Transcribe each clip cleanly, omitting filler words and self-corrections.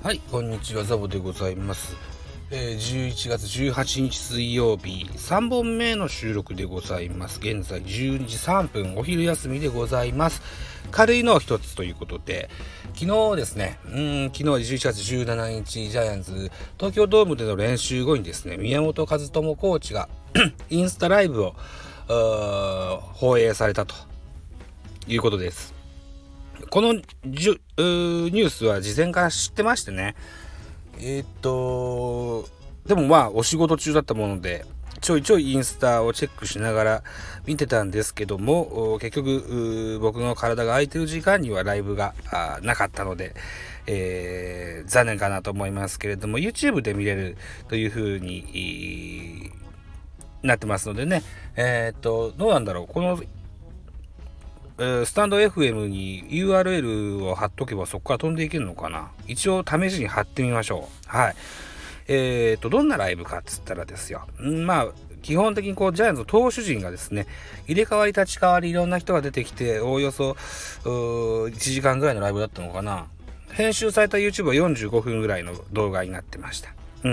はい、こんにちは、ザボでございます。11月18日水曜日、3本目の収録でございます。現在12時3分、お昼休みでございます。軽いのを一つということで、昨日ですね、昨日11月17日、ジャイアンツ東京ドームでの練習後にですね、宮本和智コーチがインスタライブを放映されたということです。このニュースは事前から知ってましてね。でもお仕事中だったもので、ちょいちょいインスタをチェックしながら見てたんですけども、結局僕の体が空いてる時間にはライブがなかったので、残念かなと思いますけれども、 YouTube で見れるという風になってますのでね。どうなんだろう、このスタンド FM に URL を貼っとけばそこから飛んでいけるのかな。一応試しに貼ってみましょう。はい。どんなライブかっつったらですよ。基本的にジャイアンツの投手陣がですね、入れ替わり立ち替わりいろんな人が出てきて、おおよそ1時間ぐらいのライブだったのかな。編集された YouTube は45分ぐらいの動画になってました。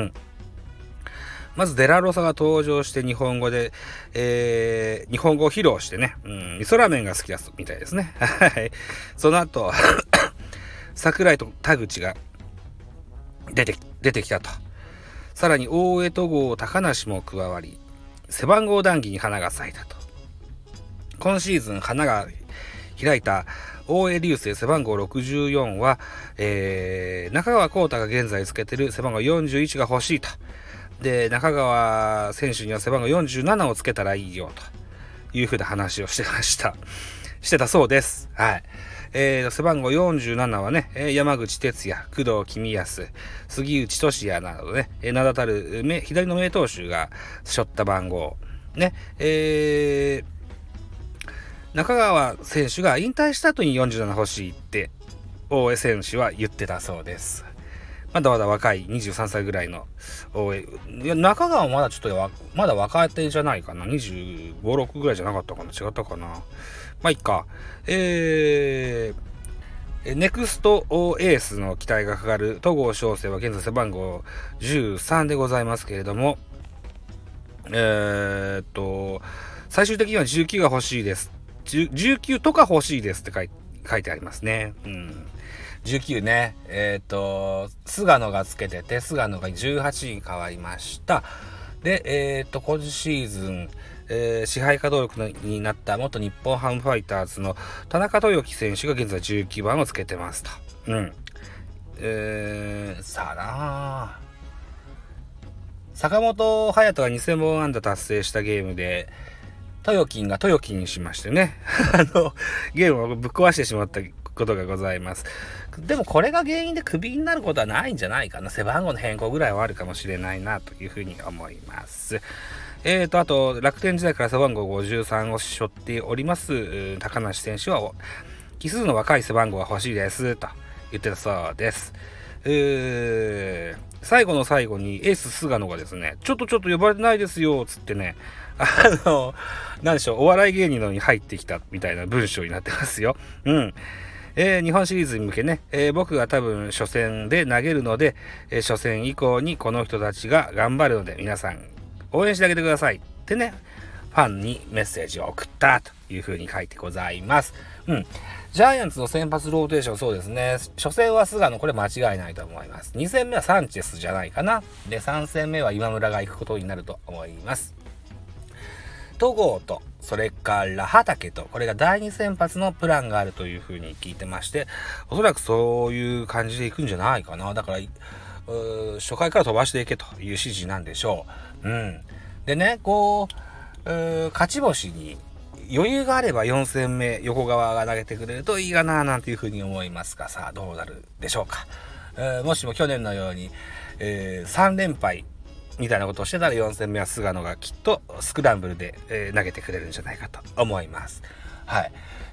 まずデラロサが登場して日本語で、日本語を披露してね、味噌ラーメンが好きだみたいですね。はい。その後桜井と田口が出てきたと。さらに大江戸郷高梨も加わり、背番号談義に花が咲いたと。今シーズン花が開いた大江流星背番号64は、中川幸太が現在つけてる背番号41が欲しいと。で、中川選手には背番号47をつけたらいいよというふうな話をしてたそうです。はい。背番号47はね、山口哲也、工藤公康、杉内俊也などね、名だたる左の名投手が背負った番号ね。中川選手が引退した後に47欲しいって大江選手は言ってたそうです。まだまだ若い23歳ぐらいの中川もまだちょっとまだ若手じゃないかな。25、6ぐらいじゃなかったかな。違ったかな。まあいっか。ネクストエースの期待がかかる戸郷翔征は現在背番号13でございますけれども、最終的には19が欲しいです。19とか欲しいですって書いてありますね。19ね。菅野がつけてて、菅野が18に変わりました。で、今シーズン、支配下登録になった元日本ハムファイターズの田中豊樹選手が現在19番をつけてますと。さあなあ。坂本勇人が2000本安打達成したゲームで、豊樹が豊樹にしましてね。ゲームをぶっ壊してしまったことがございます。でもこれが原因でクビになることはないんじゃないかな。背番号の変更ぐらいはあるかもしれないなというふうに思います。あと楽天時代から背番号53を背負っております高梨選手は奇数の若い背番号が欲しいですと言ってたそうです。最後の最後にエース菅野がですね、ちょっと呼ばれてないですよつってね、なんでしょう、お笑い芸人のに入ってきたみたいな文章になってますよ。日本シリーズに向けね、僕が多分初戦で投げるので、初戦以降にこの人たちが頑張るので皆さん応援してあげてくださいってね、ファンにメッセージを送ったという風に書いてございます。ジャイアンツの先発ローテーション、そうですね。初戦は菅野、これ間違いないと思います。2戦目はサンチェスじゃないかな。で、3戦目は今村が行くことになると思います。戸郷とそれから畠と、これが第2先発のプランがあるというふうに聞いてまして、おそらくそういう感じでいくんじゃないかな。だから初回から飛ばしていけという指示なんでしょう。でね、勝ち星に余裕があれば4戦目横川が投げてくれるといいかななんていうふうに思いますが、さあどうなるでしょうか。もしも去年のように、3連敗みたいなことをしてたら4戦目は菅野がきっとスクランブルで、投げてくれるんじゃないかと思います。はい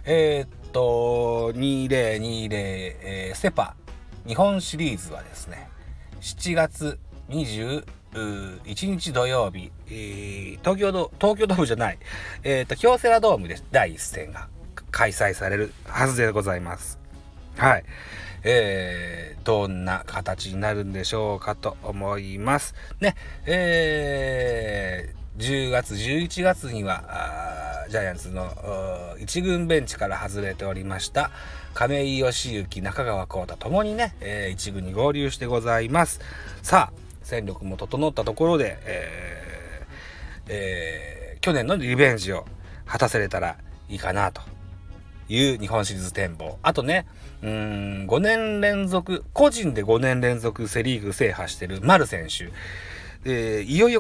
。2020、セパ日本シリーズはですね、7月21日土曜日、東京ドームじゃない、京セラドームで第1戦が開催されるはずでございます。はい。 どんな形になるんでしょうかと思いますね。10月11月にはジャイアンツの1軍ベンチから外れておりました亀井義行、中川幸太ともにね、1軍に合流してございます。さあ戦力も整ったところで、去年のリベンジを果たせれたらいいかなという日本シリーズ展望。あとね、5年連続、個人で5年連続セリーグ制覇してる丸選手、いよいよ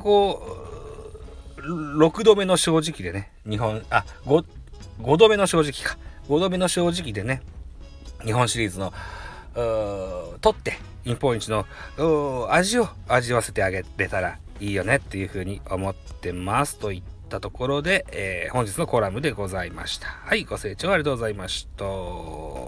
6度目の正直でね、5度目の正直か。5度目の正直でね、日本シリーズの、取って、日本一の味を味わせてあげれたらいいよねっていうふうに思ってますといったところで、本日のコラムでございました。はい、ご清聴ありがとうございました。